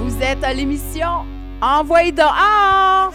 Vous êtes à l'émission Envoyez dehors!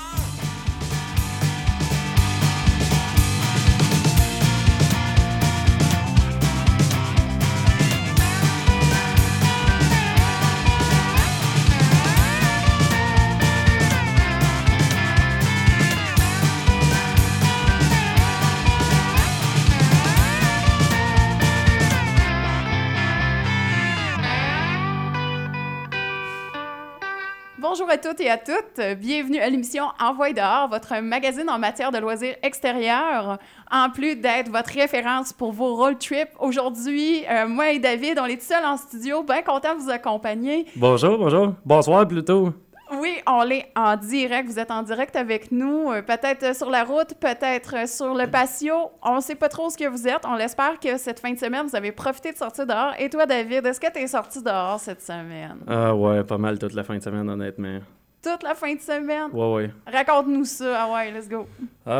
Bonjour à toutes et à toutes. Bienvenue à l'émission Envoyez dehors, votre magazine en matière de loisirs extérieurs. En plus d'être votre référence pour vos road trips, aujourd'hui, moi et David, on est seuls en studio, bien content de vous accompagner. Bonjour. Bonsoir plutôt. Oui, on est en direct. Vous êtes en direct avec nous, peut-être sur la route, peut-être sur le patio. On ne sait pas trop ce que vous êtes. On l'espère que cette fin de semaine, vous avez profité de sortir dehors. Et toi, David, est-ce que tu es sorti dehors cette semaine? Ah ouais, pas mal toute la fin de semaine, honnêtement. Toute la fin de semaine? Ouais. Raconte-nous ça. Ah ouais, let's go.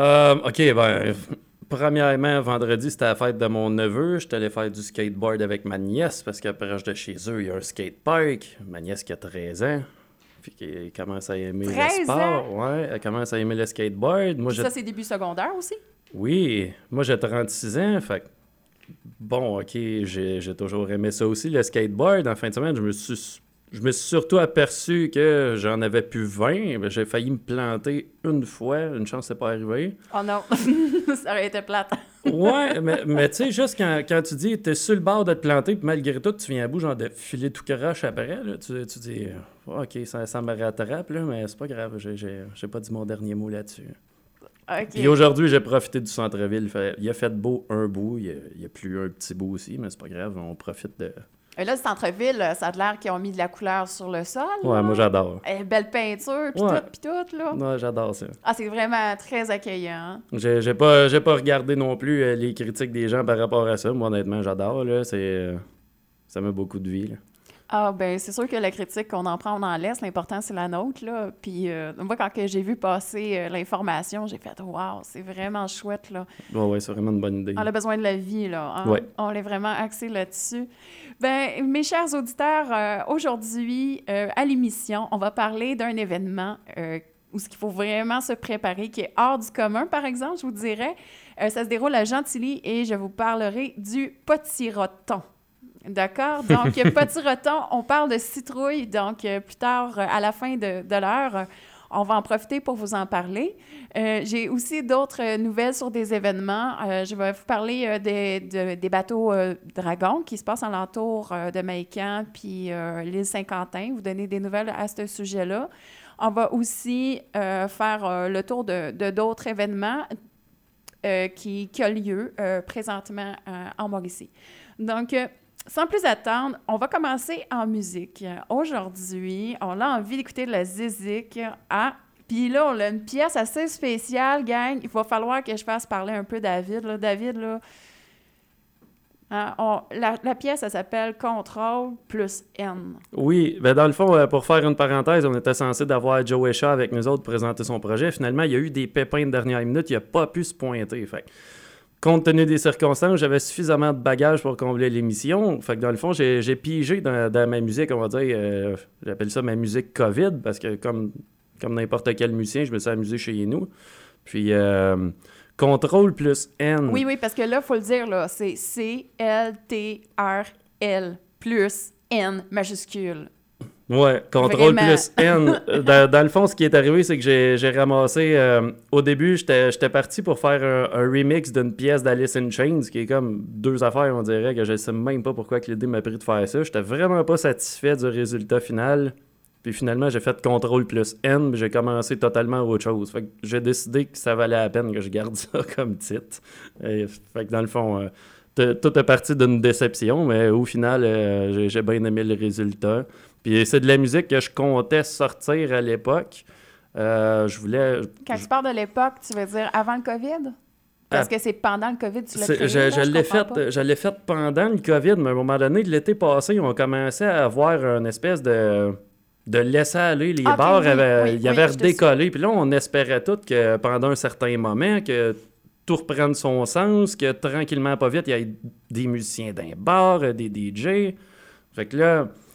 OK, premièrement, vendredi, c'était la fête de mon neveu. J'étais allé faire du skateboard avec ma nièce parce qu'à proche de chez eux, il y a un skatepark. Ma nièce qui a 13 ans. Puis elle commence à aimer le sport. Ouais, elle commence à aimer le skateboard. Moi, ça, c'est début secondaire aussi? Oui. Moi, j'ai 36 ans. Fait que, bon, OK, j'ai toujours aimé ça aussi, le skateboard. En fin de semaine, je me suis surtout aperçu que j'en avais plus 20. J'ai failli me planter une fois. Une chance, c'est pas arrivé. Oh non, ça aurait été plate. Ouais, mais tu sais, juste quand tu dis t'es sur le bord de te planter, puis malgré tout, tu viens à bout, genre de filer tout croche après, là, tu dis, OK, ça me rattrape, là, mais c'est pas grave, j'ai pas dit mon dernier mot là-dessus. Okay. Puis aujourd'hui, j'ai profité du centre-ville. Il a fait beau un bout, il y a plu un petit bout aussi, mais c'est pas grave, on profite de... Et là, le centre-ville, ça a l'air qu'ils ont mis de la couleur sur le sol. Ouais, là. moi, j'adore. Belle peinture, puis ouais. tout, là. Ouais, j'adore ça. Ah, c'est vraiment très accueillant. J'ai pas regardé non plus les critiques des gens par rapport à ça. Moi, honnêtement, j'adore, là. Ça met beaucoup de vie, là. Ah, ben c'est sûr que la critique, qu'on en prend, on en laisse. L'important, c'est la nôtre, là. Puis moi, quand j'ai vu passer l'information, j'ai fait « Wow, c'est vraiment chouette, là. » Ouais, c'est vraiment une bonne idée. On a besoin de la vie, là. Hein? Ouais. On est vraiment axé là-dessus. Ben, mes chers auditeurs, aujourd'hui, à l'émission, on va parler d'un événement où il faut vraiment se préparer, qui est hors du commun, par exemple, je vous dirais. Ça se déroule à Gentilly et je vous parlerai du potiroton. D'accord? Donc, potiroton, on parle de citrouille. Donc, plus tard, à la fin de l'heure, on va en profiter pour vous en parler. J'ai aussi d'autres nouvelles sur des événements. Je vais vous parler des bateaux dragons qui se passent alentour de Maïcan puis l'île Saint-Quentin. Vous donner des nouvelles à ce sujet-là. On va aussi faire le tour de d'autres événements qui ont lieu présentement en Mauricie. Donc, sans plus attendre, on va commencer en musique. Aujourd'hui, on a envie d'écouter de la zizik. Puis là, on a une pièce assez spéciale, gang. Il va falloir que je fasse parler un peu David. Là. David, là, la pièce, elle s'appelle « Contrôle plus N ». Oui, ben dans le fond, pour faire une parenthèse, on était censé d'avoir Joe Shaw avec nous autres présenter son projet. Finalement, il y a eu des pépins de dernière minute. Il n'a pas pu se pointer, fait compte tenu des circonstances, j'avais suffisamment de bagages pour combler l'émission. Fait que dans le fond, j'ai pigé dans ma musique, on va dire, j'appelle ça ma musique COVID, parce que comme n'importe quel musicien, je me suis amusé chez nous. Puis, Contrôle plus N. Oui, parce que là, il faut le dire, là, c'est CLTRL plus N majuscule. Ouais, Contrôle plus N. Dans le fond, ce qui est arrivé, c'est que j'ai ramassé... au début, j'étais parti pour faire un remix d'une pièce d'Alice in Chains, qui est comme deux affaires, on dirait, que je sais même pas pourquoi l'idée m'a pris de faire ça. J'étais vraiment pas satisfait du résultat final. Puis finalement, j'ai fait Contrôle plus N, puis j'ai commencé totalement autre chose. Fait que j'ai décidé que ça valait la peine que je garde ça comme titre. Fait que dans le fond... tout est parti d'une déception, mais au final, j'ai bien aimé le résultat. Puis c'est de la musique que je comptais sortir à l'époque. Je voulais... Quand tu parles de l'époque, tu veux dire avant le COVID? Parce que c'est pendant le COVID, tu l'as créé, je l'ai fait pendant le COVID, mais à un moment donné, de l'été passé, on commençait à avoir une espèce de laisser aller. Les bars avaient redécollé. Puis là, on espérait tous que pendant un certain moment, que tout reprenne son sens, que tranquillement, pas vite, il y ait des musiciens d'un bar, des DJ. Fait que là...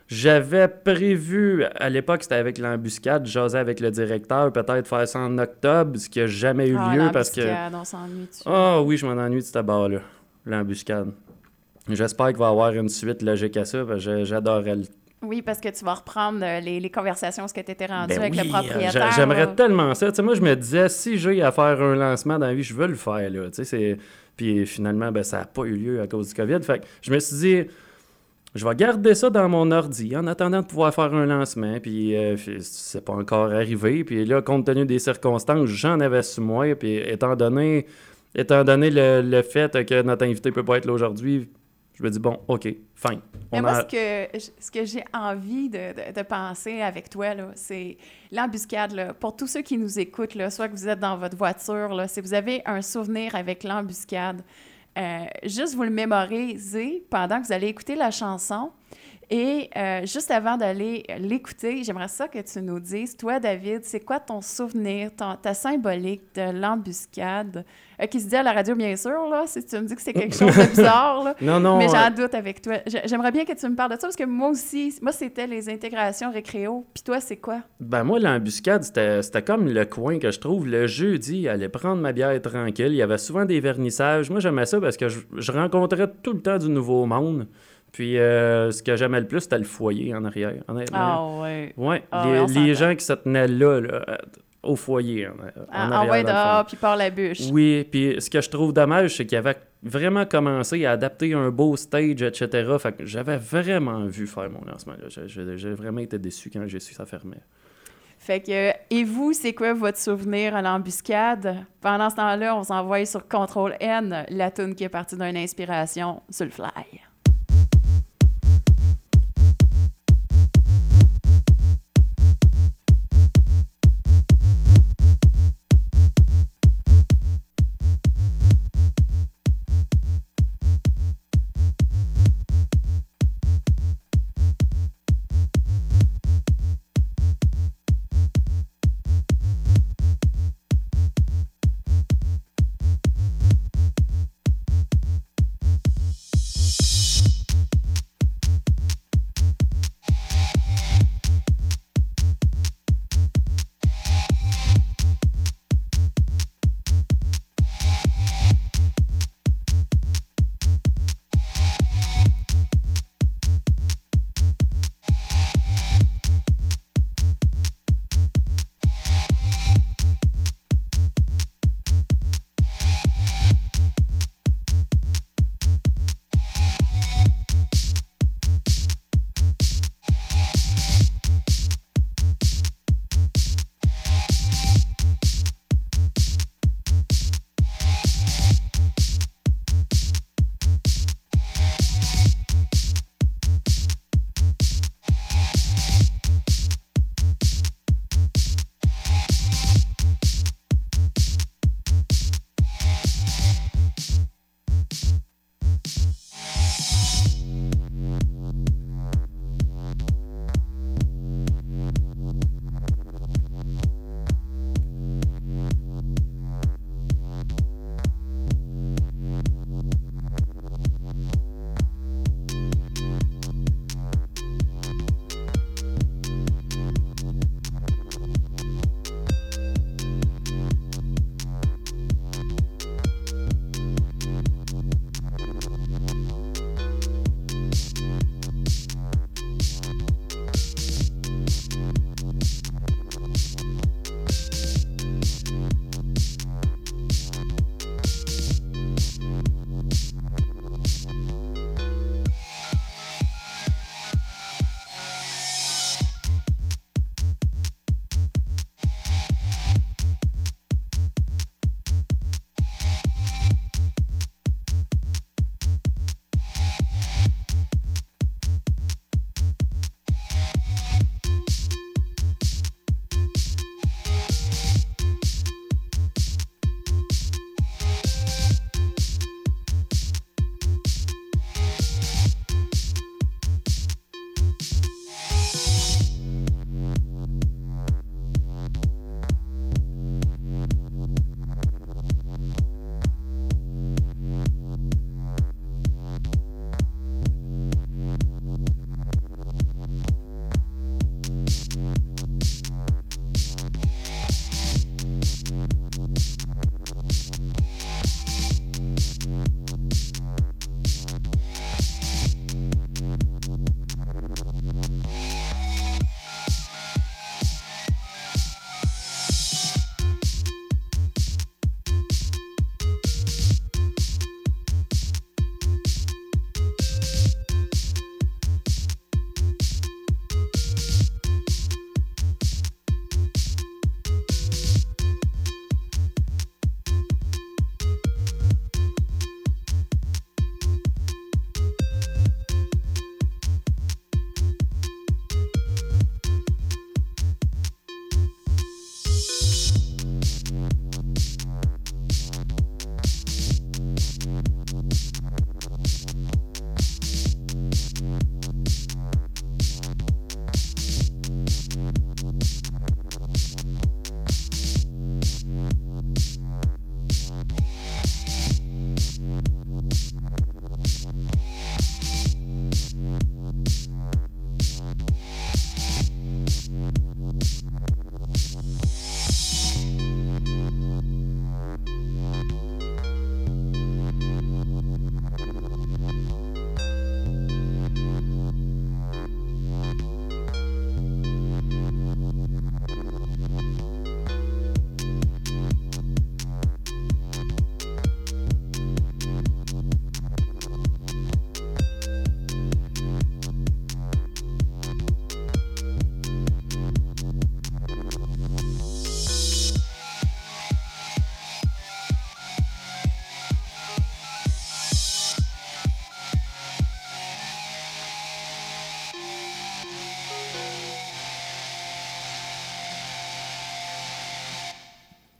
J'avais prévu, à l'époque, c'était avec l'embuscade, jaser avec le directeur, peut-être faire ça en octobre, ce qui n'a jamais eu lieu parce que... on s'ennuie dessus. Ah oui, je m'en ennuie de cette barre-là, l'embuscade. J'espère qu'il va y avoir une suite logique à ça, parce que j'adorais le... Oui, parce que tu vas reprendre les conversations, ce que tu étais rendu Ben avec oui, le propriétaire. j'aimerais tellement ça. Tu sais, moi, je me disais, si j'ai à faire un lancement dans la vie, je veux le faire, là. Tu sais, puis finalement, ben, ça n'a pas eu lieu à cause du COVID. Fait que je me suis dit, je vais garder ça dans mon ordi en attendant de pouvoir faire un lancement. Puis c'est pas encore arrivé. Puis là, compte tenu des circonstances, j'en avais sur moi. Puis étant donné le fait que notre invité peut pas être là aujourd'hui, je me dis, bon, OK, fine. Mais moi, ce que j'ai envie de penser avec toi, là, c'est l'embuscade. Là, pour tous ceux qui nous écoutent, là, soit que vous êtes dans votre voiture, là, si vous avez un souvenir avec l'embuscade, juste vous le mémorisez pendant que vous allez écouter la chanson. Et juste avant d'aller l'écouter, j'aimerais ça que tu nous dises, toi, David, c'est quoi ton souvenir, ta symbolique de l'embuscade, qui se dit à la radio, bien sûr, là, si tu me dis que c'est quelque chose de bizarre, là, non, mais j'en doute avec toi. J'aimerais bien que tu me parles de ça, parce que moi aussi, c'était les intégrations récréo, puis toi, c'est quoi? Ben moi, l'embuscade, c'était comme le coin que je trouve le jeudi, aller prendre ma bière tranquille, il y avait souvent des vernissages, moi j'aimais ça parce que je rencontrais tout le temps du nouveau monde. Puis, ce que j'aimais le plus, c'était le foyer en arrière, honnêtement. Ah, ouais. Ouais, Ah, les gens qui se tenaient là au foyer, en arrière. Ouais, dehors, puis par la bûche. Oui, puis ce que je trouve dommage, c'est qu'il avait vraiment commencé à adapter un beau stage, etc. Fait que j'avais vraiment vu faire mon lancement. J'ai vraiment été déçu quand j'ai su que ça fermait. Fait que, et vous, c'est quoi votre souvenir à l'embuscade? Pendant ce temps-là, on s'envoie sur Ctrl-N, la toune qui est partie d'une inspiration sur le fly.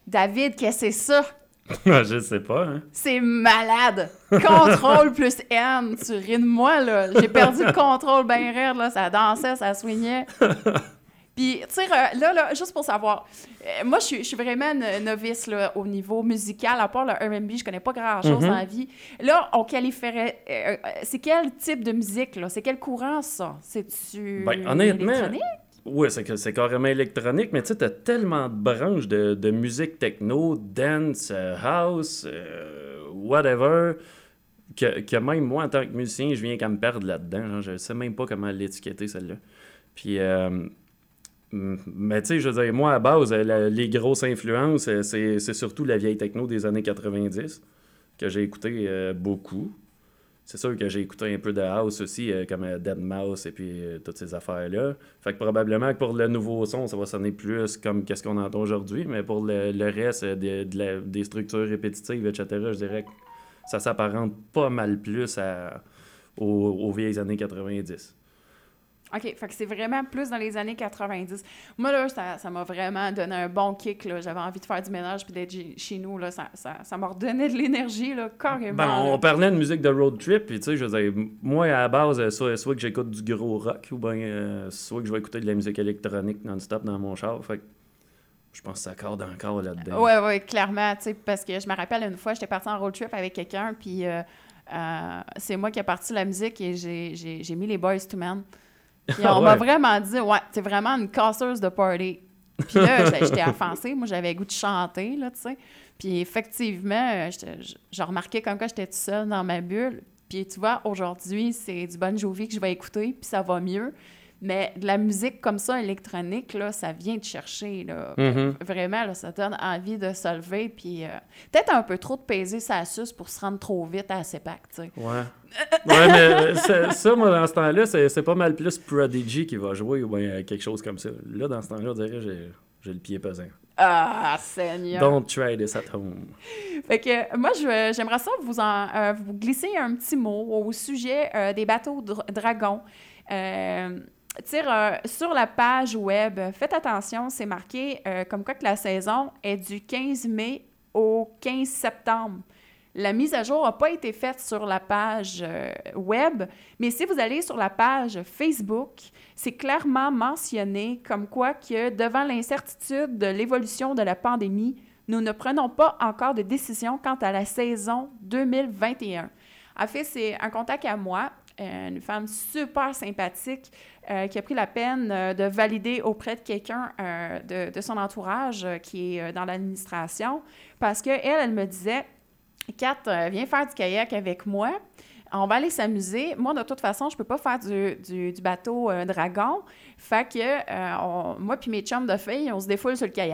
David, qu'est-ce que c'est ça? Je sais pas, hein. C'est malade! Contrôle plus N. Tu ris de moi, là. J'ai perdu le contrôle bien raide, là. Ça dansait, ça swingait. Puis, tu sais, là, juste pour savoir, moi, je suis vraiment une novice là, au niveau musical. À part le R&B, je connais pas grand-chose dans la vie. Là, on qualifierait... c'est quel type de musique, là? C'est quel courant, ça? C'est-tu honnêtement, électronique? Oui, c'est carrément électronique, mais tu sais, t'as tellement de branches de musique techno, dance, house, whatever, que même moi, en tant que musicien, je viens qu'à me perdre là-dedans. Là. Je sais même pas comment l'étiqueter, celle-là. Puis... mais tu sais, je veux dire, moi, à base, les grosses influences, c'est surtout la vieille techno des années 90 que j'ai écouté beaucoup. C'est sûr que j'ai écouté un peu de house aussi, comme Deadmau5 et puis toutes ces affaires-là. Fait que probablement que pour le nouveau son, ça va sonner plus comme qu'est-ce qu'on entend aujourd'hui, mais pour le reste, des structures répétitives, etc., je dirais que ça s'apparente pas mal plus aux vieilles années 90. OK, fait que c'est vraiment plus dans les années 90. Moi, là, ça m'a vraiment donné un bon kick, là. J'avais envie de faire du ménage puis d'être chez nous, là. Ça m'a redonné de l'énergie, là, carrément. Ben, on parlait de musique de road trip, puis tu sais, je veux dire, moi, à la base, soit que j'écoute du gros rock, ou bien soit que je vais écouter de la musique électronique non-stop dans mon char, fait que je pense que ça accorde encore là-dedans. Oui, clairement, tu sais, parce que je me rappelle une fois, j'étais partie en road trip avec quelqu'un, puis c'est moi qui ai parti la musique et j'ai mis les Boyz II Men. Puis on m'a vraiment dit, ouais, t'es vraiment une casseuse de party. Puis là, j'étais offensée. Moi, j'avais le goût de chanter, là, tu sais. Puis effectivement, je remarquais comme quoi j'étais toute seule dans ma bulle. Puis tu vois, aujourd'hui, c'est du Bon Jovi que je vais écouter, puis ça va mieux. Mais de la musique comme ça, électronique, là, ça vient te chercher, là. Vraiment, là, ça donne envie de se lever, puis peut-être un peu trop de peser sa suce pour se rendre trop vite à la CEPAC, tu sais. Ouais. Ouais, mais ça, moi, dans ce temps-là, c'est pas mal plus Prodigy qui va jouer ou bien quelque chose comme ça. Là, dans ce temps-là, on dirait que j'ai le pied pesant. Ah, Seigneur! Don't try this at home. Fait que moi, j'aimerais ça vous glisser un petit mot au sujet des bateaux dragons. Sur la page web, faites attention, c'est marqué comme quoi que la saison est du 15 mai au 15 septembre. La mise à jour n'a pas été faite sur la page web, mais si vous allez sur la page Facebook, c'est clairement mentionné comme quoi que devant l'incertitude de l'évolution de la pandémie, nous ne prenons pas encore de décision quant à la saison 2021. En fait, c'est un contact à moi, une femme super sympathique qui a pris la peine de valider auprès de quelqu'un de son entourage qui est dans l'administration parce qu'elle, elle me disait « Kat, viens faire du kayak avec moi. On va aller s'amuser. Moi, de toute façon, je peux pas faire du bateau dragon. Fait que moi puis mes chums de filles, on se défoule sur le kayak. »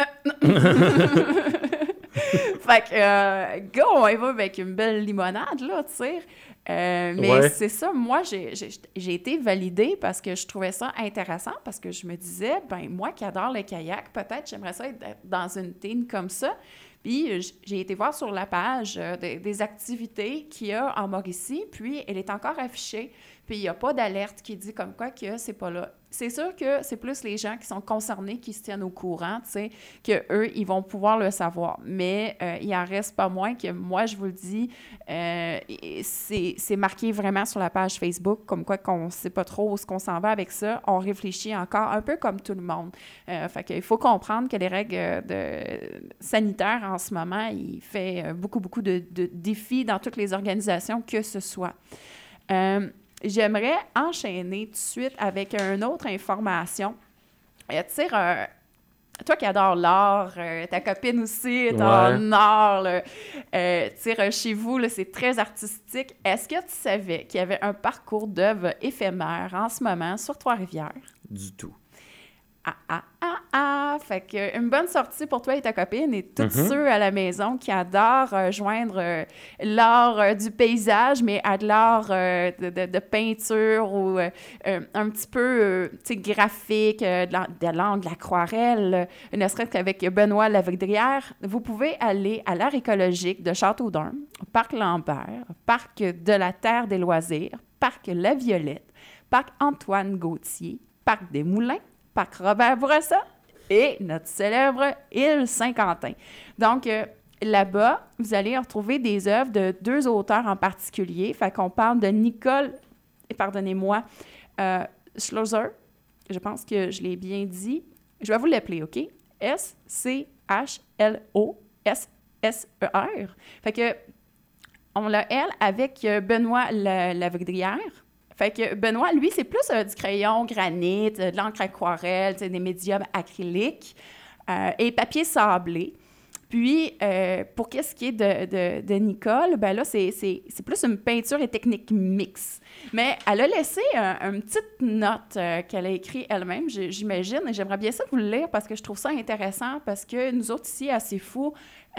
Fait que, go, on y va avec une belle limonade, là, tu sais. Mais c'est ça, moi, j'ai été validée parce que je trouvais ça intéressant, parce que je me disais, ben moi qui adore le kayak, peut-être j'aimerais ça être dans une team comme ça. Puis j'ai été voir sur la page des activités qu'il y a en Mauricie, puis elle est encore affichée. Puis il n'y a pas d'alerte qui dit comme quoi que c'est pas là. C'est sûr que c'est plus les gens qui sont concernés qui se tiennent au courant, tu sais, qu'eux, ils vont pouvoir le savoir. Mais il en reste pas moins que, moi, je vous le dis, c'est marqué vraiment sur la page Facebook, comme quoi qu'on ne sait pas trop où est-ce qu'on s'en va avec ça. On réfléchit encore un peu comme tout le monde. Fait qu'il faut comprendre que les règles sanitaires en ce moment, il fait beaucoup de défis dans toutes les organisations que ce soit. J'aimerais enchaîner tout de suite avec une autre information. Tu sais, toi qui adores l'art, ta copine aussi est en art. Tu sais, chez vous, là, c'est très artistique. Est-ce que tu savais qu'il y avait un parcours d'œuvres éphémères en ce moment sur Trois-Rivières? Du tout. Fait que une bonne sortie pour toi et ta copine et tous ceux à la maison qui adorent joindre l'art du paysage, mais à de l'art de peinture ou un petit peu graphique, de l'aquarelle, ne serait-ce qu'avec Benoît Lavrière. Vous pouvez aller à l'art écologique de Châteaudun, Parc Lambert, Parc de la Terre des Loisirs, Parc La Violette, Parc Antoine Gauthier, Parc des Moulins, Parc Robert Bourassa et notre célèbre île Saint-Quentin. Donc, là-bas, vous allez retrouver des œuvres de 2 auteurs en particulier. Fait qu'on parle de Nicole, pardonnez-moi, Schlosser. Je pense que je l'ai bien dit. Je vais vous l'appeler, OK? S-C-H-L-O-S-S-E-R. Fait que on l'a, elle, avec Benoît Lavrière. Fait que Benoît, lui, c'est plus du crayon granit, de l'encre aquarelle, des médiums acryliques et papier sablé. Puis, pour qu'est-ce qui est de Nicole, ben là, c'est plus une peinture et technique mixte. Mais elle a laissé une petite note qu'elle a écrite elle-même, j'imagine, et j'aimerais bien ça vous le lire parce que je trouve ça intéressant, parce que nous autres ici, à C'est Fou,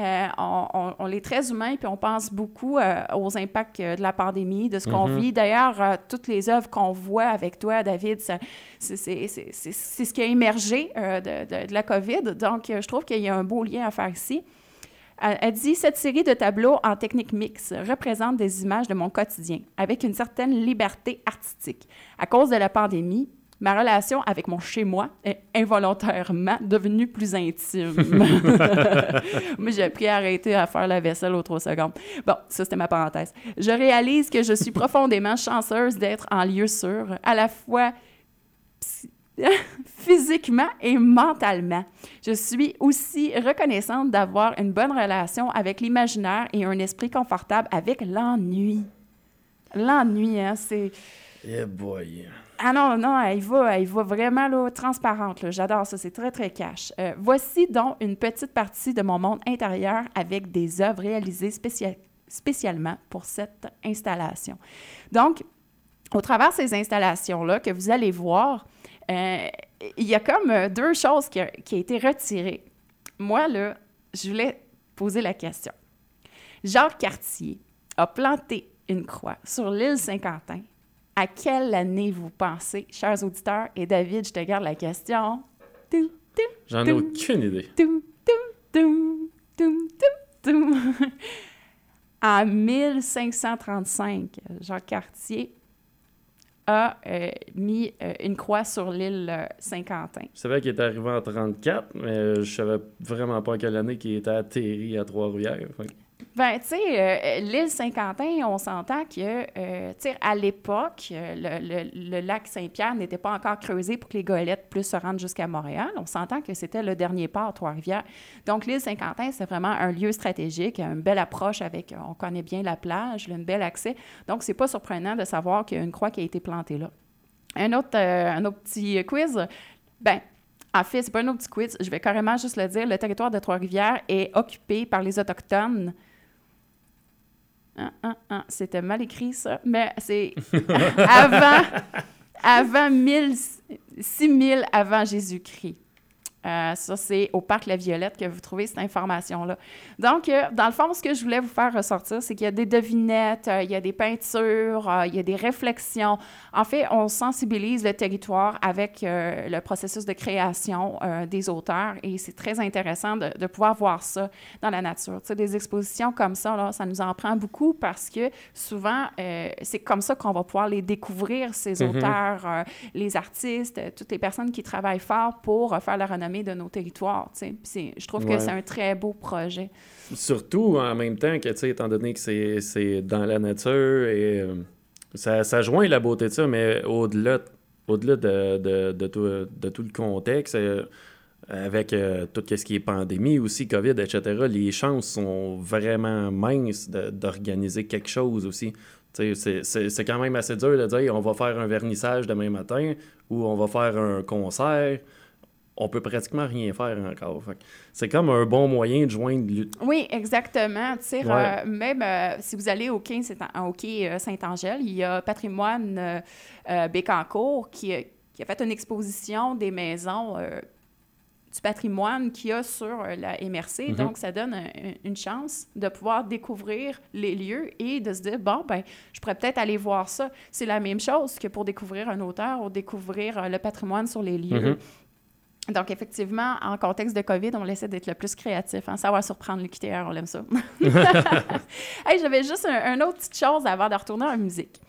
on est très humains, puis on pense beaucoup aux impacts de la pandémie, de ce qu'on vit. D'ailleurs, toutes les œuvres qu'on voit avec toi, David, c'est ce qui a émergé de la COVID. Donc, je trouve qu'il y a un beau lien à faire ici. Elle dit « Cette série de tableaux en technique mixte représente des images de mon quotidien, avec une certaine liberté artistique. À cause de la pandémie, ma relation avec mon chez-moi est involontairement devenue plus intime. » Moi, j'ai appris à arrêter à faire la vaisselle aux 3 secondes. Bon, ça, c'était ma parenthèse. « Je réalise que je suis profondément chanceuse d'être en lieu sûr, à la fois physiquement et mentalement. Je suis aussi reconnaissante d'avoir une bonne relation avec l'imaginaire et un esprit confortable avec l'ennui. » L'ennui, hein, c'est... Yeah boy! Ah non, elle va vraiment là, transparente. Là. J'adore ça, c'est très, très cash. Voici donc une petite partie de mon monde intérieur avec des œuvres réalisées spécialement pour cette installation. Donc, au travers de ces installations-là que vous allez voir, il y a comme 2 choses qui ont été retirées. Moi, là, je voulais poser la question. Jacques Cartier a planté une croix sur l'île Saint-Quentin. À quelle année vous pensez, chers auditeurs? Et David, je te garde la question. J'en ai aucune idée. En 1535, Jacques Cartier a mis une croix sur l'île Saint-Quentin. Je savais qu'il était arrivé en 1934, mais je savais vraiment pas à quelle année qu'il était atterri à Trois-Rivières. Ben, tu sais, l'île Saint-Quentin, on s'entend que, tu sais, à l'époque, le lac Saint-Pierre n'était pas encore creusé pour que les goélettes puissent se rendre jusqu'à Montréal. On s'entend que c'était le dernier port à Trois-Rivières. Donc, l'île Saint-Quentin, c'est vraiment un lieu stratégique, une belle approche avec, on connaît bien la plage, un bel accès. Donc, c'est pas surprenant de savoir qu'il y a une croix qui a été plantée là. Un autre petit quiz, ben, en fait, c'est pas un autre petit quiz, je vais carrément juste le dire. Le territoire de Trois-Rivières est occupé par les Autochtones. C'était mal écrit, ça. Mais c'est avant 6000 avant Jésus-Christ. Ça, c'est au Parc La Violette que vous trouvez cette information-là. Donc, dans le fond, ce que je voulais vous faire ressortir, c'est qu'il y a des devinettes, il y a des peintures, il y a des réflexions. En fait, on sensibilise le territoire avec le processus de création des auteurs et c'est très intéressant de pouvoir voir ça dans la nature. Tu sais, des expositions comme ça, là, ça nous en prend beaucoup parce que souvent, c'est comme ça qu'on va pouvoir les découvrir, ces auteurs, les artistes, toutes les personnes qui travaillent fort pour faire la renommée de nos territoires. Je trouve que c'est un très beau projet. Surtout en même temps que, étant donné que c'est dans la nature et ça joint la beauté de ça, mais au-delà de tout le contexte, avec tout ce qui est pandémie aussi, COVID, etc., les chances sont vraiment minces d'organiser quelque chose aussi. C'est quand même assez dur de dire on va faire un vernissage demain matin ou on va faire un concert. On peut pratiquement rien faire encore. C'est comme un bon moyen de joindre... Oui, exactement. Même si vous allez au quai Saint-Angèle, il y a Patrimoine Bécancour qui a fait une exposition des maisons du patrimoine qu'il y a sur la MRC. Donc, ça donne une chance de pouvoir découvrir les lieux et de se dire, bon, ben, je pourrais peut-être aller voir ça. C'est la même chose que pour découvrir un auteur ou découvrir le patrimoine sur les lieux. Donc, effectivement, en contexte de COVID, on essaie d'être le plus créatif. Hein? Ça va surprendre l'UQTR, on aime ça. Hey, j'avais juste une autre petite chose avant de retourner en musique.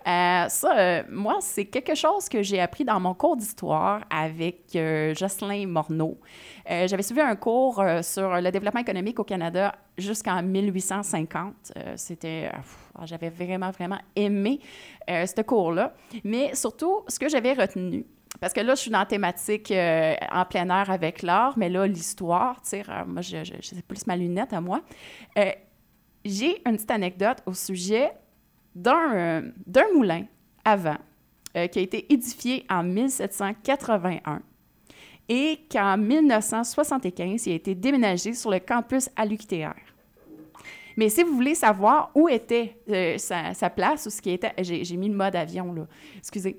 Moi, c'est quelque chose que j'ai appris dans mon cours d'histoire avec Jocelyn Morneau. J'avais suivi un cours sur le développement économique au Canada jusqu'en 1850. J'avais vraiment, vraiment aimé ce cours-là. Mais surtout, ce que j'avais retenu, parce que là, je suis dans la thématique en plein air avec l'art, mais là, l'histoire, tu sais, moi, c'est plus ma lunette à moi. J'ai une petite anecdote au sujet d'un moulin à vent qui a été édifié en 1781 et qu'en 1975, il a été déménagé sur le campus à l'UQTR. Mais si vous voulez savoir où était sa place ou ce qui était... J'ai mis le mode avion, là. Excusez.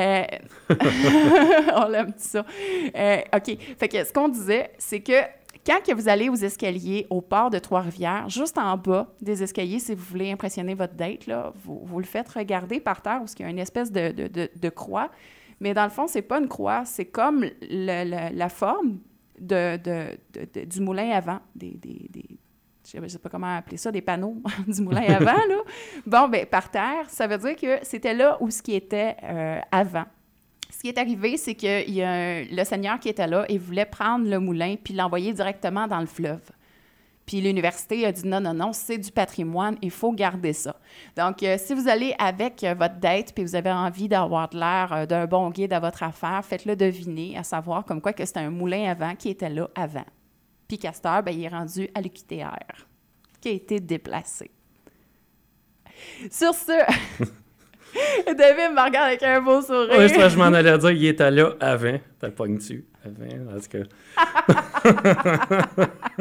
On l'aime ça. OK. Fait que ce qu'on disait, c'est que quand que vous allez aux escaliers au port de Trois-Rivières, juste en bas des escaliers, si vous voulez impressionner votre date, là, vous le faites regarder par terre où il y a une espèce de croix. Mais dans le fond, c'est pas une croix, c'est comme la forme du moulin à vent, je ne sais pas comment appeler ça, des panneaux du moulin à vent, là. Bon, bien, par terre, ça veut dire que c'était là où ce qui était avant. Ce qui est arrivé, c'est qu'il y a le seigneur qui était là et voulait prendre le moulin puis l'envoyer directement dans le fleuve. Puis l'université a dit non, c'est du patrimoine, il faut garder ça. Donc, si vous allez avec votre date puis vous avez envie d'avoir de l'air d'un bon guide à votre affaire, faites-le deviner, à savoir comme quoi que c'était un moulin à vent qui était là avant. Puis Castor, ben, il est rendu à l'UQTR, qui a été déplacé. Sur ce, David me regarde avec un beau sourire. Oui, je m'en allais dire, il était là avant. T'as pogné dessus. Avant, en tout cas.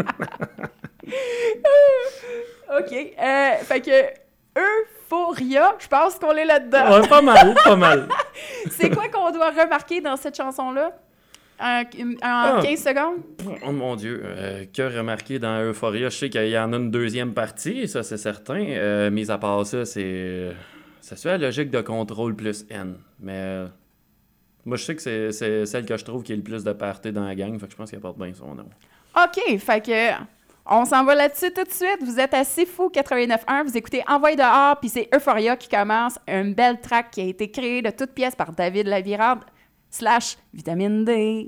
OK. Fait que Euphoria, je pense qu'on est là-dedans. Ouais, pas mal. C'est quoi qu'on doit remarquer dans cette chanson-là? En 15 secondes? Oh mon Dieu, que remarquer dans Euphoria, je sais qu'il y en a une deuxième partie, ça c'est certain. Mis à part ça, ça suit la logique de contrôle plus N. Mais moi je sais que c'est celle que je trouve qui est le plus de party dans la gang, fait que je pense qu'elle porte bien son nom. OK, fait que on s'en va là-dessus tout de suite. Vous êtes à C'est Fou 89.1, vous écoutez Envoyé dehors, puis c'est Euphoria qui commence, une belle track qui a été créée de toutes pièces par David Lavirade / Vitamine D.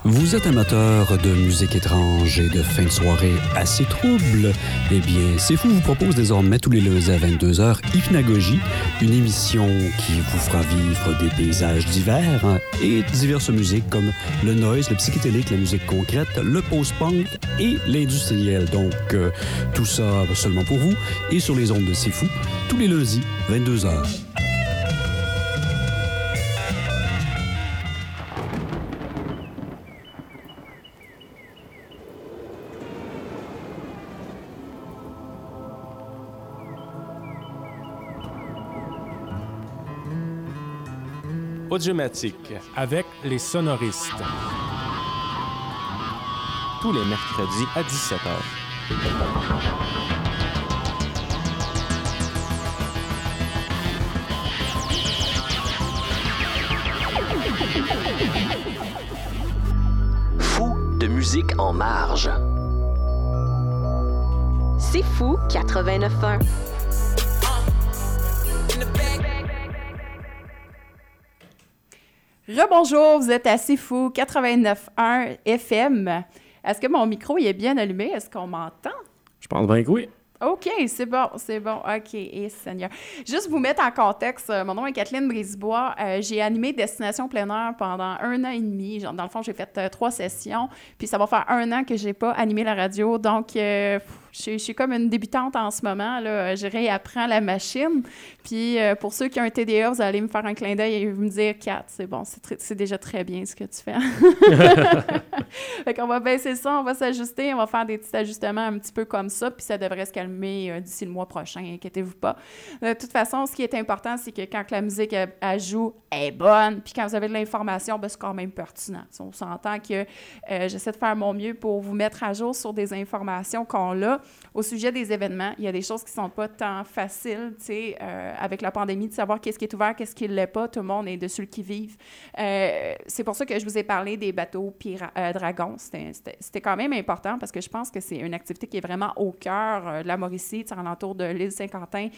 Vous êtes amateur de musique étrange et de fin de soirée assez trouble? Eh bien, C'est Fou vous propose désormais tous les lundis à 22h Hypnagogie, une émission qui vous fera vivre des paysages divers et diverses musiques comme le noise, le psychédélique, la musique concrète, le post-punk et l'industriel. Donc, tout ça seulement pour vous et sur les ondes de C'est Fou, tous les lundis, 22h. Audiomatique avec les sonoristes. Tous les mercredis à 17h. Fou de musique en marge. C'est Fou 89.1. Rebonjour, vous êtes à C'est Fou 89.1 FM. Est-ce que mon micro il est bien allumé? Est-ce qu'on m'entend? Je pense bien que oui. OK, c'est bon. OK, Seigneur. Juste vous mettre en contexte, mon nom est Kathleen Brisebois. J'ai animé Destination plein air pendant 1 an et demi. Dans le fond, j'ai fait 3 sessions, puis ça va faire 1 an que j'ai pas animé la radio. Donc, je suis comme une débutante en ce moment. Là. Je réapprends la machine. Puis, pour ceux qui ont un TDA, vous allez me faire un clin d'œil et me dire « Kat, c'est bon, c'est déjà très bien ce que tu fais. » Fait qu'on va baisser ça, on va s'ajuster, on va faire des petits ajustements un petit peu comme ça, puis ça devrait se calmer d'ici le mois prochain, inquiétez-vous pas. De toute façon, ce qui est important, c'est que quand la musique elle joue, elle est bonne, puis quand vous avez de l'information, ben, c'est quand même pertinent. On s'entend que j'essaie de faire mon mieux pour vous mettre à jour sur des informations qu'on a. Au sujet des événements, il y a des choses qui sont pas tant faciles, tu sais, avec la pandémie, de savoir qu'est-ce qui est ouvert, qu'est-ce qui ne l'est pas, tout le monde est dessus le qui-vive. C'est pour ça que je vous ai parlé des bateaux dragons. C'était quand même important parce que je pense que c'est une activité qui est vraiment au cœur de la Mauricie, alentour de l'île Saint-Quentin.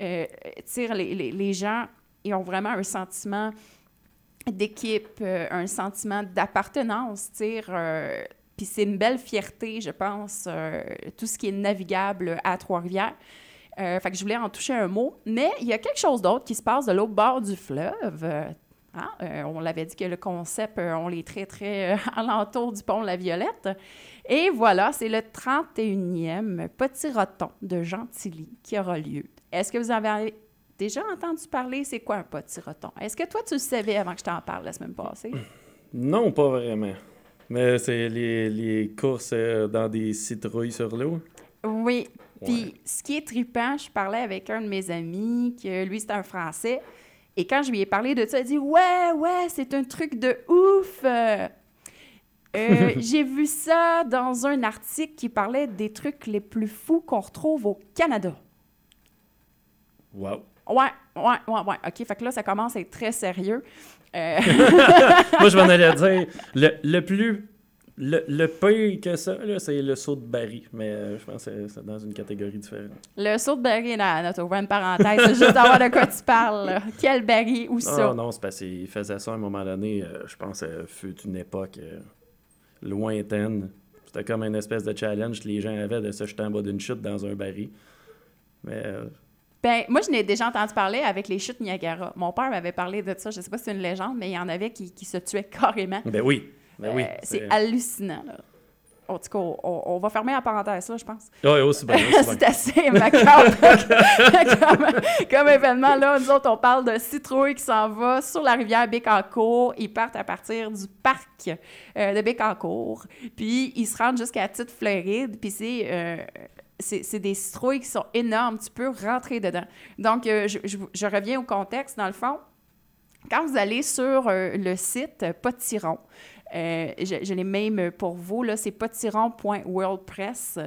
Les gens, ils ont vraiment un sentiment d'équipe, un sentiment d'appartenance, puis c'est une belle fierté, je pense, tout ce qui est navigable à Trois-Rivières. Fait que je voulais en toucher un mot. Mais il y a quelque chose d'autre qui se passe de l'autre bord du fleuve. On l'avait dit que le concept, on les très alentour du pont La Violette. Et voilà, c'est le 31e Petit Roton de Gentilly qui aura lieu. Est-ce que vous avez déjà entendu parler? C'est quoi un Petit Roton? Est-ce que toi, tu le savais avant que je t'en parle la semaine passée? Non, pas vraiment. Mais c'est les courses dans des citrouilles sur l'eau? Oui. Puis, Ouais. ce qui est trippant, je parlais avec un de mes amis, que lui, c'est un Français. Et quand je lui ai parlé de ça, il a dit « Ouais, c'est un truc de ouf! J'ai vu ça dans un article qui parlait des trucs les plus fous qu'on retrouve au Canada. » Wow. Ouais. OK, fait que là, ça commence à être très sérieux. Moi, je m'en allais dire, le pire que ça, là, c'est le saut de Barry. Mais je pense que c'est dans une catégorie différente. Le saut de Barry, là, on ouvre une parenthèse, c'est juste savoir de quoi tu parles. Là. Quel Barry, où ça? Non, c'est parce qu'il faisait ça à un moment donné, je pense, fut une époque lointaine. C'était comme une espèce de challenge que les gens avaient de se jeter en bas d'une chute dans un baril. Mais... Ben, moi, je n'ai déjà entendu parler avec les chutes Niagara. Mon père m'avait parlé de ça. Je ne sais pas si c'est une légende, mais il y en avait qui se tuaient carrément. Ben oui. C'est hallucinant, là. En tout cas, on va fermer la parenthèse, là, je pense. Oui, aussi bien. C'est assez macabre comme événement. Là, nous autres, on parle de citrouille qui s'en va sur la rivière Bécancour. Ils partent à partir du parc de Bécancour. Puis, ils se rendent jusqu'à Tite-Floride. Puis, c'est des citrouilles qui sont énormes. Tu peux rentrer dedans. Donc, je reviens au contexte, dans le fond. Quand vous allez sur le site Potiron, je l'ai même pour vous, là, c'est potiron.wordpress,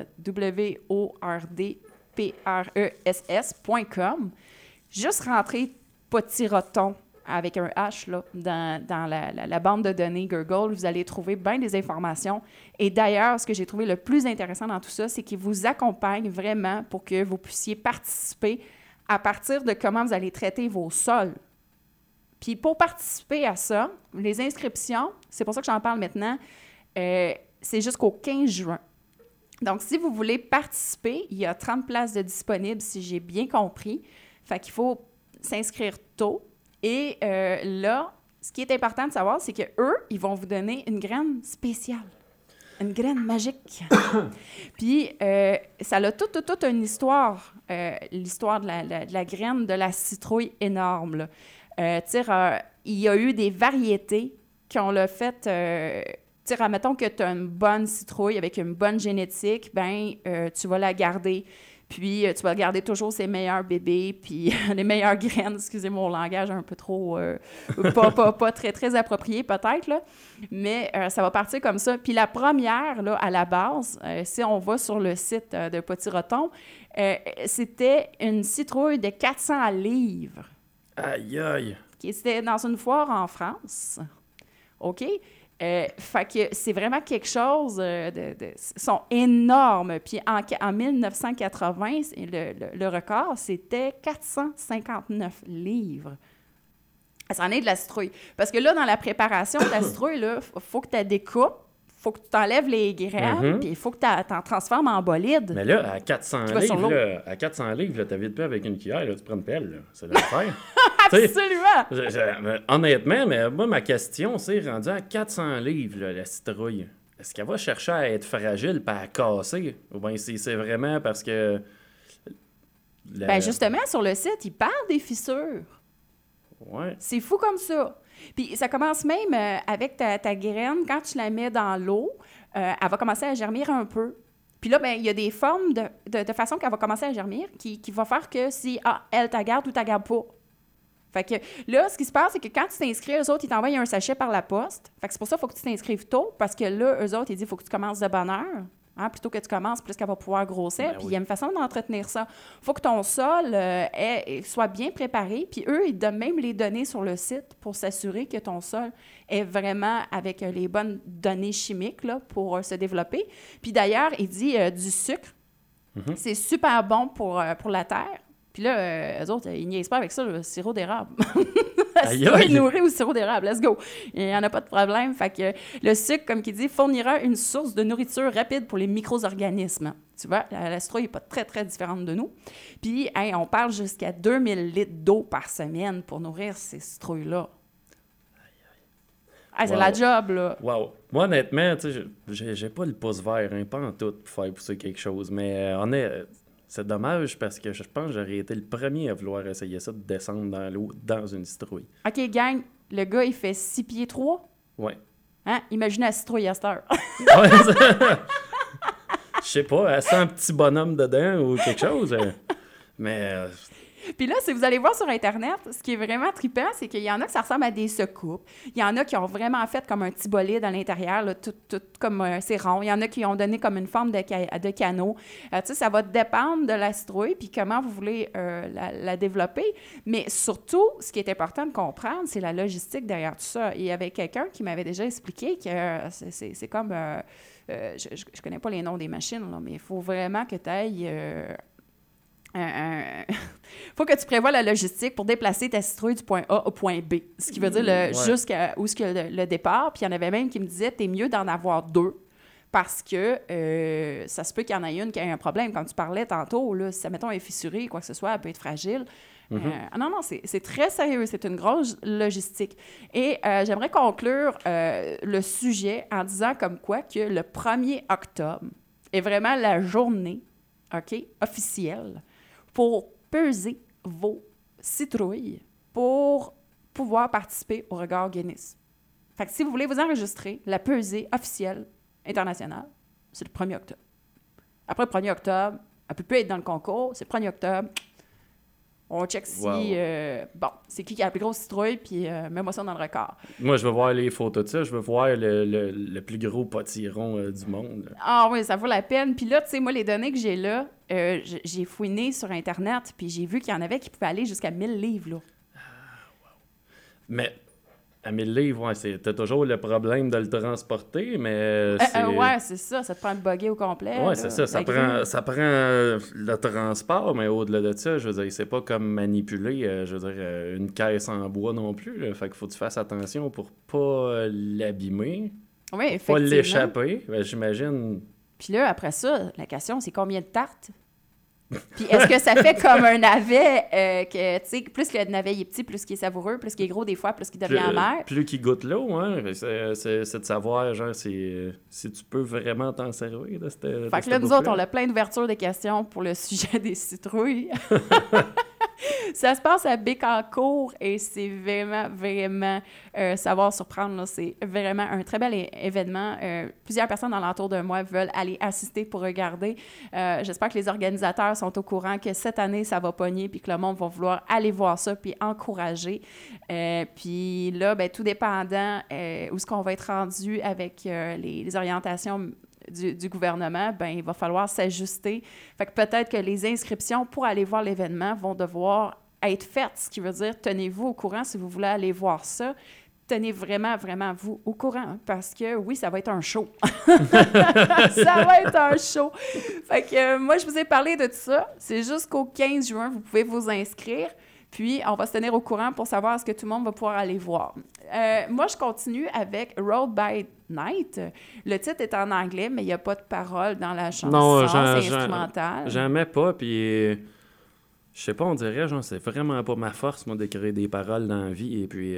wordpress.com. Juste rentrer Potiroton avec un H là, dans la bande de données Google, vous allez trouver bien des informations. Et d'ailleurs, ce que j'ai trouvé le plus intéressant dans tout ça, c'est qu'il vous accompagne vraiment pour que vous puissiez participer à partir de comment vous allez traiter vos sols. Puis pour participer à ça, les inscriptions, c'est pour ça que j'en parle maintenant, C'est jusqu'au 15 juin. Donc, si vous voulez participer, il y a 30 places de disponibles, si j'ai bien compris. Fait qu'il faut s'inscrire tôt. Et là, ce qui est important de savoir, c'est qu'eux, ils vont vous donner une graine spéciale. Une graine magique. Puis, ça a toute une histoire. L'histoire de la graine de la citrouille énorme, là. Il y a eu des variétés qui ont le fait... admettons que tu as une bonne citrouille avec une bonne génétique, tu vas la garder. Puis, tu vas garder toujours ses meilleurs bébés, puis les meilleures graines, excusez mon langage un peu trop, pas très, très approprié peut-être, là. Mais ça va partir comme ça. Puis la première, là, à la base, si on va sur le site de Petit-Roton, c'était une citrouille de 400 livres. Aïe, aïe! C'était dans une foire en France. OK? Fait que c'est vraiment quelque chose sont énormes. Puis en 1980, le record, c'était 459 livres. Ça en est de la citrouille. Parce que là, dans la préparation de la citrouille, il faut que tu la découpes, il faut que tu t'enlèves les graines, puis il faut que tu t'en transformes en bolide. Mais là, à 400 livres, t'habites pas avec une cuillère, là, tu prends une pelle, là. C'est de l'affaire. Absolument! Honnêtement, mais moi, ma question, c'est rendu à 400 livres, là, la citrouille. Est-ce qu'elle va chercher à être fragile et à casser? Ou bien c'est vraiment parce que... justement, sur le site, ils parlent des fissures. Ouais. C'est fou comme ça. Puis ça commence même avec ta graine, quand tu la mets dans l'eau, elle va commencer à germir un peu. Puis là, il y a des formes de façon qu'elle va commencer à germir qui va faire que si elle t'a garde ou t'a garde pas. Fait que là, ce qui se passe, c'est que quand tu t'inscris, eux autres, ils t'envoient un sachet par la poste. Fait que c'est pour ça qu'il faut que tu t'inscrives tôt, parce que là, eux autres, ils disent qu'il faut que tu commences de bonne heure. Hein, plutôt que tu commences, plus qu'elle va pouvoir grossir. Puis il y a une façon d'entretenir ça. Il faut que ton sol soit bien préparé. Puis eux, ils donnent même les données sur le site pour s'assurer que ton sol est vraiment avec les bonnes données chimiques là, pour se développer. Puis d'ailleurs, il dit du sucre. Mm-hmm. C'est super bon pour la terre. Puis là, eux autres, ils niaisent pas avec ça, le sirop d'érable. Ils nourrit au sirop d'érable, let's go. Il n'y en a pas de problème. Fait que le sucre, comme il dit, fournira une source de nourriture rapide pour les micro-organismes. Tu vois, la citrouille n'est pas très, très différente de nous. Puis, on parle jusqu'à 2000 litres d'eau par semaine pour nourrir ces citrouilles-là. C'est la job, là. Wow. Moi, honnêtement, tu sais, j'ai pas le pouce vert, pas en tout, pour faire pousser quelque chose. Mais c'est dommage parce que je pense que j'aurais été le premier à vouloir essayer ça, de descendre dans l'eau dans une citrouille. OK, gang, le gars, il fait 6 pieds 3. Ouais. Hein? Imaginez la citrouille à cette heure. Ouais, je sais pas, elle sent un petit bonhomme dedans ou quelque chose. Mais... Puis là, si vous allez voir sur Internet, ce qui est vraiment trippant, c'est qu'il y en a que ça ressemble à des secoupes. Il y en a qui ont vraiment fait comme un petit bolide à l'intérieur, là, tout comme c'est rond. Il y en a qui ont donné comme une forme de canot. Tu sais, ça va dépendre de la citrouille puis comment vous voulez la développer. Mais surtout, ce qui est important de comprendre, c'est la logistique derrière tout ça. Il y avait quelqu'un qui m'avait déjà expliqué que c'est comme... je connais pas les noms des machines, là, mais il faut vraiment que tu ailles... faut que tu prévois la logistique pour déplacer ta citrouille du point A au point B. Ce qui veut dire jusqu'à où est le départ. Puis il y en avait même qui me disaient, t'es mieux d'en avoir 2 parce que ça se peut qu'il y en ait une qui ait un problème. Comme tu parlais tantôt, là, si, mettons, elle est fissurée, quoi que ce soit, elle peut être fragile. Non, c'est très sérieux. C'est une grosse logistique. Et j'aimerais conclure le sujet en disant comme quoi que le 1er octobre est vraiment la journée, OK, officielle pour peser vos citrouilles pour pouvoir participer au regard Guinness. Fait que si vous voulez vous enregistrer, la pesée officielle internationale, c'est le 1er octobre. Après le 1er octobre, elle ne peut plus être dans le concours, c'est le 1er octobre. On check si, c'est qui a la plus grosse citrouille, puis mets-moi ça dans le record. Moi, je veux voir les photos de ça. Je veux voir le plus gros potiron du monde. Ah oui, ça vaut la peine. Puis là, tu sais, moi, les données que j'ai là, j'ai fouiné sur Internet, puis j'ai vu qu'il y en avait qui pouvaient aller jusqu'à 1000 livres, là. Mais à 1000 livres, t'as toujours le problème de le transporter, mais c'est ça. Ça te prend le bugger au complet. Ouais, c'est ça. Ça prend le transport, mais au-delà de ça, je veux dire, c'est pas comme manipuler, une caisse en bois non plus. Là. Fait qu'il faut que tu fasses attention pour pas l'abîmer. Oui, pas effectivement. l'échapper. Ben, j'imagine... Puis là, après ça, la question, c'est combien de tartes? Puis est-ce que ça fait comme un navet que, tu sais, plus le navet il est petit, plus qu'il est savoureux, plus qu'il est gros des fois, plus qu'il devient amer? Plus qu'il goûte l'eau, hein, c'est de savoir, genre, si tu peux vraiment t'en servir de cette Fait que là, nous autres, on a plein d'ouvertures de questions pour le sujet des citrouilles. Ça se passe à Bécancour et c'est vraiment savoir surprendre. Là. C'est vraiment un très bel événement. Plusieurs personnes alentour de moi veulent aller assister pour regarder. J'espère que les organisateurs sont au courant que cette année, ça va pogner puis que le monde va vouloir aller voir ça puis encourager. Puis là, ben, tout dépendant où est-ce qu'on va être rendu avec les orientations du gouvernement, ben il va falloir s'ajuster. Fait que peut-être que les inscriptions pour aller voir l'événement vont devoir être faites, ce qui veut dire tenez-vous au courant si vous voulez aller voir ça. Tenez vraiment vous au courant, hein, parce que oui, ça va être un show. Ça va être un show. Fait que moi, je vous ai parlé de tout ça. C'est jusqu'au 15 juin, vous pouvez vous inscrire. Puis, on va se tenir au courant pour savoir est-ce que tout le monde va pouvoir aller voir. Moi, je continue avec Road by Night. Le titre est en anglais, mais il n'y a pas de paroles dans la chanson. Non, c'est instrumental. J'en mets pas, puis... Je sais pas, on dirait, genre, c'est vraiment pas ma force, moi, d'écrire des paroles dans la vie, et puis...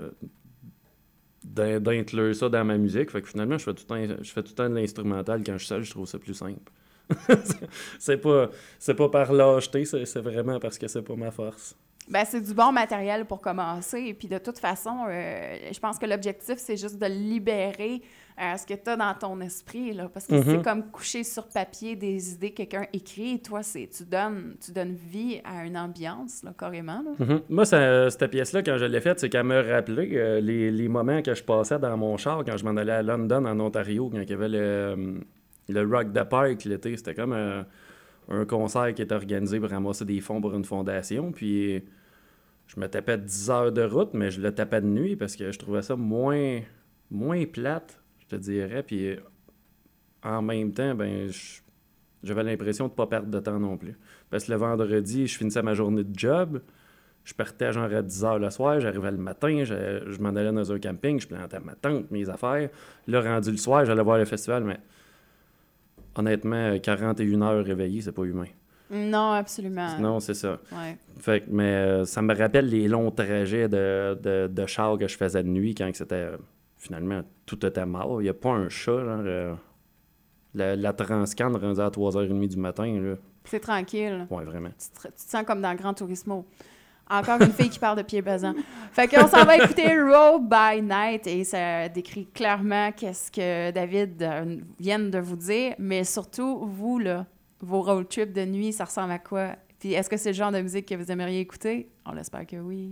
d'inclure ça dans ma musique. Fait que finalement, je fais tout le temps de l'instrumental. Quand je suis seul, je trouve ça plus simple. c'est pas par lâcheté, c'est vraiment parce que c'est pas ma force. Ben, c'est du bon matériel pour commencer. Et puis, de toute façon, je pense que l'objectif, c'est juste de libérer ce que tu as dans ton esprit. Là, parce que c'est comme coucher sur papier des idées que quelqu'un écrit. Et toi, tu donnes vie à une ambiance, là, carrément. Là. Moi, cette pièce-là, quand je l'ai faite, c'est qu'elle me rappelait les moments que je passais dans mon char quand je m'en allais à London, en Ontario, quand il y avait le Rock the Park l'été. C'était comme un concert qui était organisé pour ramasser des fonds pour une fondation. Puis je me tapais 10 heures de route, mais je le tapais de nuit parce que je trouvais ça moins plate, je te dirais. Puis en même temps, ben j'avais l'impression de ne pas perdre de temps non plus. Parce que le vendredi, je finissais ma journée de job. Je partais genre à 10 heures le soir, j'arrivais le matin, je m'en allais dans un camping, je plantais ma tente, mes affaires. Là, rendu le soir, j'allais voir le festival, mais honnêtement, 41 heures réveillé, c'est pas humain. Non, absolument. Non, c'est ça. Ouais. Fait que, mais ça me rappelle les longs trajets de char que je faisais de nuit quand c'était finalement tout était mort. Il n'y a pas un chat, genre, la Transcan rendue à 3h30 du matin. Là. C'est tranquille. Oui, vraiment. Tu te sens comme dans Gran Turismo. Encore une fille qui parle de pieds pesants. Fait qu'on s'en va écouter Road by Night et ça décrit clairement qu'est-ce que David vient de vous dire, mais surtout, vous, là, vos road trips de nuit, ça ressemble à quoi? Puis est-ce que c'est le genre de musique que vous aimeriez écouter? On l'espère que oui.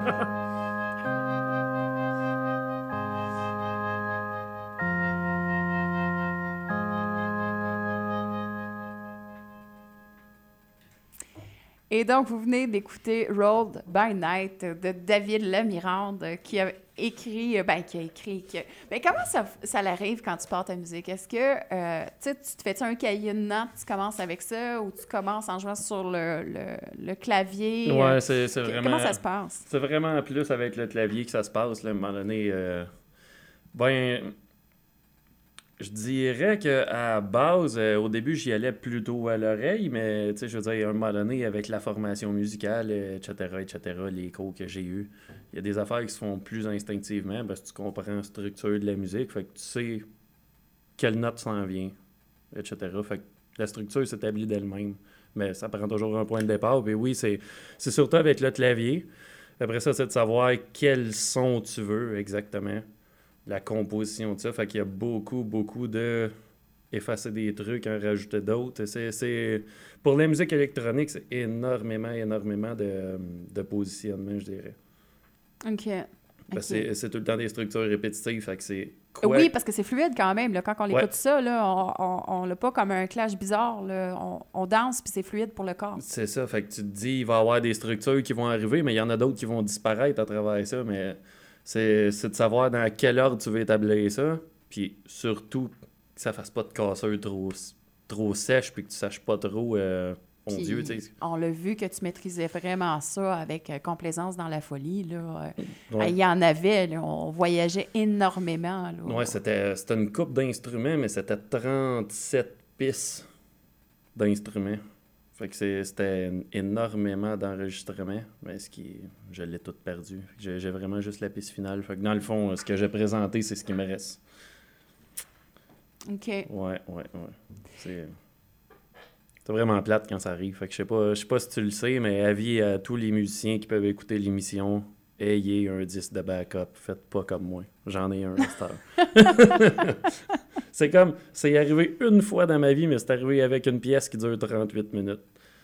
Et donc, vous venez d'écouter Rolled by Night de David Lamirande qui a écrit... comment ça l'arrive quand tu pars ta musique? Est-ce que, tu te fais-tu un cahier de notes, tu commences avec ça, ou tu commences en jouant sur le clavier? Ouais, c'est vraiment... Comment ça se passe? C'est vraiment plus avec le clavier que ça se passe, là, à un moment donné. Je dirais qu'à base, au début, j'y allais plutôt à l'oreille, mais tu sais, je veux dire, à un moment donné, avec la formation musicale, etc., les cours que j'ai eus, il y a des affaires qui se font plus instinctivement parce que tu comprends la structure de la musique, fait que tu sais quelle note s'en vient, etc. Fait que la structure s'établit d'elle-même, mais ça prend toujours un point de départ. Puis oui, c'est surtout avec le clavier. Après ça, c'est de savoir quel son tu veux exactement. La composition de ça. Fait qu'il y a beaucoup de effacer des trucs, en rajouter d'autres. Pour la musique électronique, c'est énormément de positionnement, je dirais. OK. Parce que c'est tout le temps des structures répétitives, fait que c'est... Oui, parce que c'est fluide quand même. Là. Quand on écoute Ouais. ça, là, on l'a pas comme un clash bizarre. Là. On danse, puis c'est fluide pour le corps. C'est ça, fait que tu te dis, il va y avoir des structures qui vont arriver, mais il y en a d'autres qui vont disparaître à travers ça, mais... C'est de savoir dans quel ordre tu veux établir ça, puis surtout que ça fasse pas de casseur trop sèche, puis que tu saches pas trop, Puis, Dieu, tu sais. on l'a vu que tu maîtrisais vraiment ça avec complaisance dans la folie. Là. Ouais. Il y en avait, là, on voyageait énormément. Là. Ouais, c'était une coupe d'instruments, mais c'était 37 pistes d'instruments. Fait que c'était énormément d'enregistrements, mais je l'ai tout perdu. J'ai vraiment juste la piste finale. Fait que dans le fond, ce que j'ai présenté, c'est ce qui me reste. OK. Ouais. C'est vraiment plate quand ça arrive. Fait que je sais pas si tu le sais, mais avis à tous les musiciens qui peuvent écouter l'émission, ayez un disque de backup. Faites pas comme moi. J'en ai un à cette heure. C'est arrivé une fois dans ma vie, mais c'est arrivé avec une pièce qui dure 38 minutes.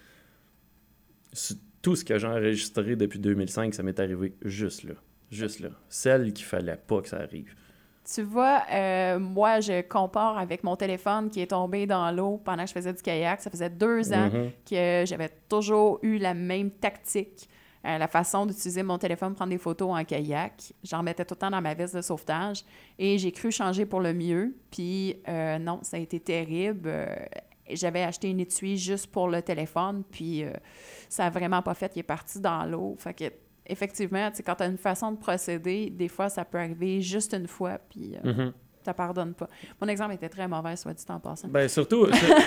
Tout ce que j'ai enregistré depuis 2005, ça m'est arrivé juste là. Celle qu'il fallait pas que ça arrive. Tu vois, moi, je compare avec mon téléphone qui est tombé dans l'eau pendant que je faisais du kayak. Ça faisait 2 ans que j'avais toujours eu la même tactique. La façon d'utiliser mon téléphone pour prendre des photos en kayak. J'en mettais tout le temps dans ma veste de sauvetage. Et j'ai cru changer pour le mieux. Puis non, ça a été terrible. J'avais acheté une étui juste pour le téléphone. Puis ça n'a vraiment pas fait. Il est parti dans l'eau. Fait que, effectivement, quand tu as une façon de procéder, des fois, ça peut arriver juste une fois. Puis ça pardonne pas. Mon exemple était très mauvais, soit dit en passant. Ben surtout...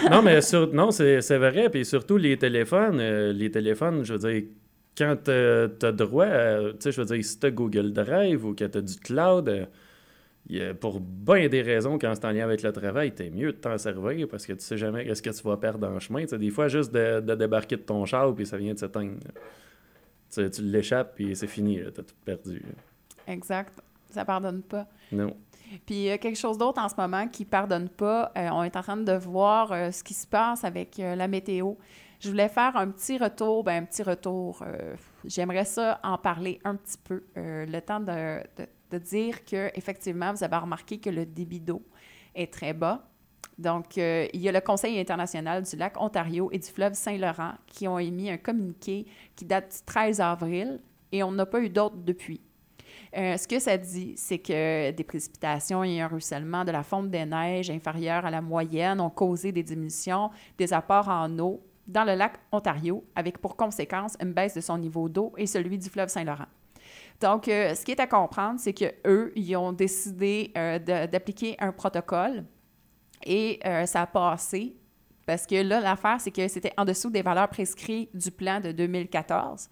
c'est vrai. Puis surtout, les téléphones, je veux dire... Quand t'as droit, tu sais, je veux dire, si t'as Google Drive ou que t'as du cloud, pour bien des raisons, quand c'est en lien avec le travail, t'es mieux de t'en servir parce que tu sais jamais ce que tu vas perdre en chemin. Tu sais, des fois, juste de débarquer de ton char puis ça vient de s'éteindre. Tu l'échappes puis c'est fini, là, t'as tout perdu. Exact. Ça pardonne pas. Non. Puis quelque chose d'autre en ce moment qui pardonne pas, on est en train de voir ce qui se passe avec la météo. Je voulais faire un petit retour. J'aimerais ça en parler un petit peu. Le temps de dire qu'effectivement, vous avez remarqué que le débit d'eau est très bas. Donc, il y a le Conseil international du lac Ontario et du fleuve Saint-Laurent qui ont émis un communiqué qui date du 13 avril et on n'a pas eu d'autre depuis. Ce que ça dit, c'est que des précipitations et un ruissellement de la fonte des neiges inférieure à la moyenne ont causé des diminutions des apports en eau dans le lac Ontario, avec pour conséquence une baisse de son niveau d'eau et celui du fleuve Saint-Laurent. Donc, ce qui est à comprendre, c'est qu'eux, ils ont décidé d'appliquer un protocole et ça a passé parce que là, l'affaire, c'est que c'était en dessous des valeurs prescrites du plan de 2014.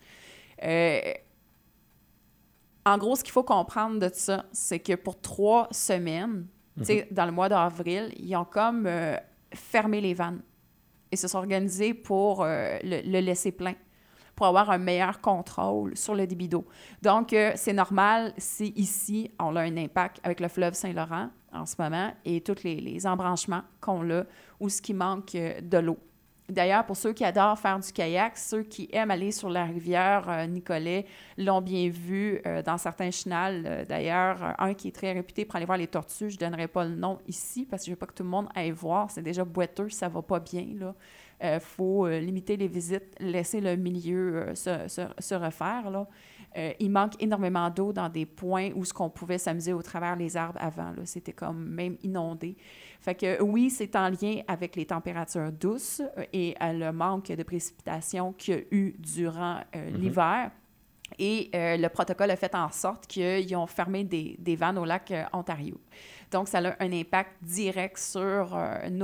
En gros, ce qu'il faut comprendre de ça, c'est que pour 3 semaines, dans le mois d'avril, ils ont comme fermé les vannes. Et se sont organisés pour le laisser plein, pour avoir un meilleur contrôle sur le débit d'eau. Donc, c'est normal si ici, on a un impact avec le fleuve Saint-Laurent en ce moment et tous les embranchements qu'on a où ce qui manque de l'eau. D'ailleurs, pour ceux qui adorent faire du kayak, ceux qui aiment aller sur la rivière Nicolet l'ont bien vu dans certains chenals. D'ailleurs, un qui est très réputé pour aller voir les tortues, je ne donnerai pas le nom ici parce que je ne veux pas que tout le monde aille voir. C'est déjà boiteux, ça ne va pas bien, là. Faut limiter les visites, laisser le milieu se refaire, là. Il manque énormément d'eau dans des points où ce qu'on pouvait s'amuser au travers les arbres avant, là. C'était comme même inondé. Fait que oui, c'est en lien avec les températures douces et le manque de précipitations qu'il y a eu durant l'hiver. Et le protocole a fait en sorte qu'ils ont fermé des vannes au lac Ontario. Donc, ça a un impact direct sur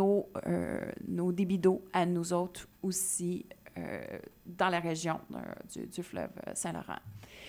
nos débits d'eau à nous autres aussi dans la région du fleuve Saint-Laurent.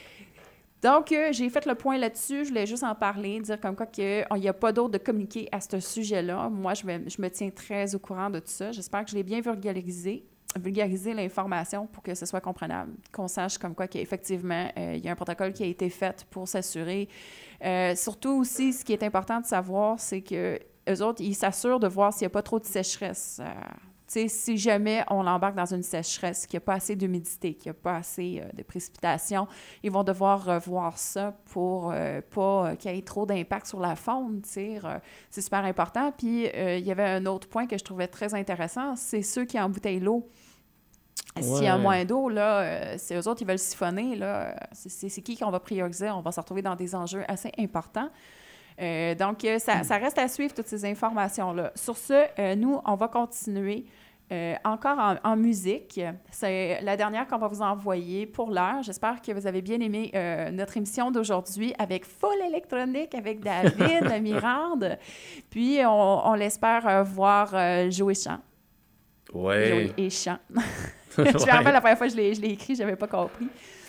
Donc, j'ai fait le point là-dessus. Je voulais juste en parler, dire comme quoi qu'il n'y a pas d'autre de communiquer à ce sujet-là. Moi, je me tiens très au courant de tout ça. J'espère que je l'ai bien vulgarisé l'information pour que ce soit comprenable, qu'on sache comme quoi qu'effectivement, il y a un protocole qui a été fait pour s'assurer. Surtout aussi, ce qui est important de savoir, c'est que eux autres, ils s'assurent de voir s'il n'y a pas trop de sécheresse. Si jamais on l'embarque dans une sécheresse, qu'il n'y a pas assez d'humidité, qu'il n'y a pas assez de précipitations, ils vont devoir revoir ça pour pas qu'il y ait trop d'impact sur la faune. C'est super important. Puis, il y avait un autre point que je trouvais très intéressant, c'est ceux qui embouteillent l'eau. Ouais. S'il y a moins d'eau, là, c'est eux autres qui veulent siphonner. Là, c'est qui qu'on va prioriser? On va se retrouver dans des enjeux assez importants. Donc, ça reste à suivre, toutes ces informations-là. Sur ce, nous, on va continuer encore en musique. C'est la dernière qu'on va vous envoyer pour l'heure. J'espère que vous avez bien aimé notre émission d'aujourd'hui avec Full électronique avec David Mirande. Puis, on l'espère voir jouer chant. Ouais. Jouer et chant. Je me rappelle la première fois que je l'ai écrit, je n'avais pas compris.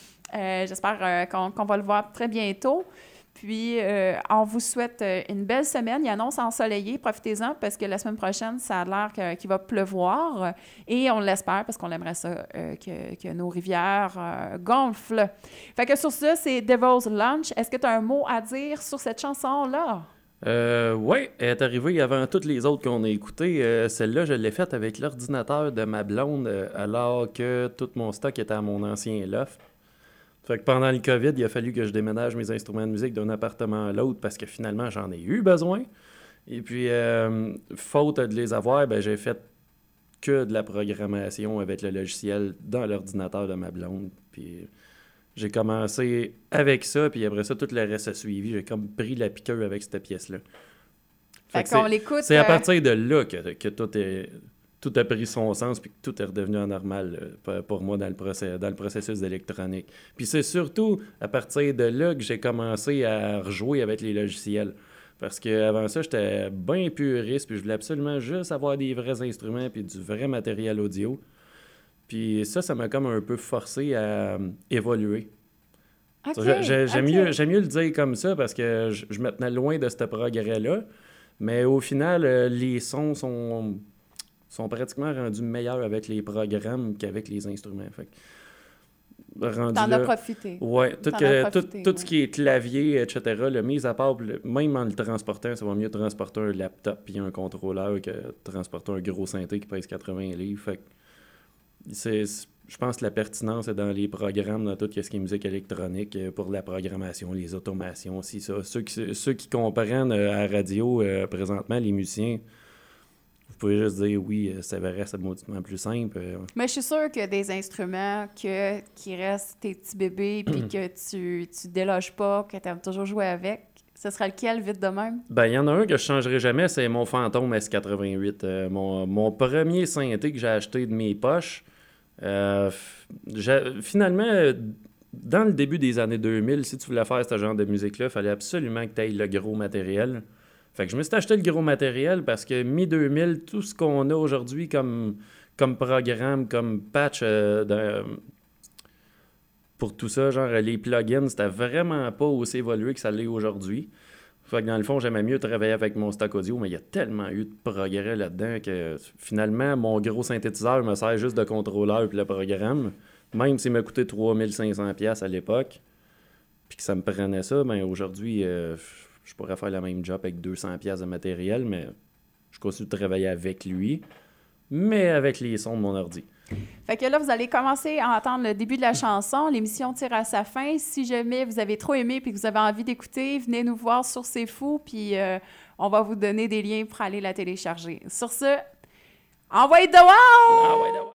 J'espère qu'on va le voir très bientôt. Puis, on vous souhaite une belle semaine. Il annonce ensoleillé. Profitez-en parce que la semaine prochaine, ça a l'air qu'il va pleuvoir. Et on l'espère parce qu'on aimerait ça, que nos rivières gonflent. Fait que sur ça, c'est Devil's Lunch. Est-ce que tu as un mot à dire sur cette chanson-là? Oui, elle est arrivée avant toutes les autres qu'on a écoutées. Celle-là, je l'ai faite avec l'ordinateur de ma blonde alors que tout mon stock était à mon ancien loft. Fait que pendant le COVID, il a fallu que je déménage mes instruments de musique d'un appartement à l'autre parce que finalement, j'en ai eu besoin. Et puis, faute de les avoir, ben, j'ai fait que de la programmation avec le logiciel dans l'ordinateur de ma blonde. Puis, j'ai commencé avec ça, puis après ça, tout le reste a suivi. J'ai comme pris la piqûre avec cette pièce-là. Fait qu'on l'écoute. C'est à partir de là que tout a pris son sens puis que tout est redevenu anormal pour moi dans le processus d'électronique. Puis c'est surtout à partir de là que j'ai commencé à rejouer avec les logiciels. Parce qu'avant ça, j'étais bien puriste puis je voulais absolument juste avoir des vrais instruments puis du vrai matériel audio. Puis ça m'a comme un peu forcé à évoluer. Okay, j'aime mieux le dire comme ça parce que je me tenais loin de ce progrès-là. Mais au final, les sons sont pratiquement rendus meilleurs avec les programmes qu'avec les instruments. Fait que, t'en as profité. Oui, tout ce qui est clavier, etc., mis à part, même en le transportant, ça va mieux transporter un laptop puis un contrôleur que transporter un gros synthé qui pèse 80 livres. Fait que je pense que la pertinence est dans les programmes, dans tout ce qui est musique électronique, pour la programmation, les automations, aussi ça. Ceux qui comprennent à la radio, présentement, les musiciens, vous pouvez juste dire oui, c'est vrai, c'est mauditement plus simple. Mais je suis sûre que des instruments qui restent tes petits bébés puis que tu déloges pas, que tu aimes toujours jouer avec, ce sera lequel vite de même? Ben, il y en a un que je changerai jamais, c'est mon Phantom S88. Mon premier synthé que j'ai acheté de mes poches. Finalement, dans le début des années 2000, si tu voulais faire ce genre de musique-là, il fallait absolument que tu ailles le gros matériel. Fait que je me suis acheté le gros matériel parce que mi-2000, tout ce qu'on a aujourd'hui comme programme, comme patch pour tout ça, genre les plugins, c'était vraiment pas aussi évolué que ça l'est aujourd'hui. Fait que dans le fond, j'aimais mieux travailler avec mon stock audio, mais il y a tellement eu de progrès là-dedans que finalement, mon gros synthétiseur me sert juste de contrôleur puis le programme. Même s'il m'a coûté 3500$ à l'époque, puis que ça me prenait ça, ben aujourd'hui, je pourrais faire la même job avec 200$ de matériel, mais je continue de travailler avec lui. mais avec les sons de mon ordi. Fait que là, vous allez commencer à entendre le début de la chanson. L'émission tire à sa fin. Si jamais vous avez trop aimé et que vous avez envie d'écouter, venez nous voir sur C'est Fou, puis on va vous donner des liens pour aller la télécharger. Sur ce, envoyez de wow!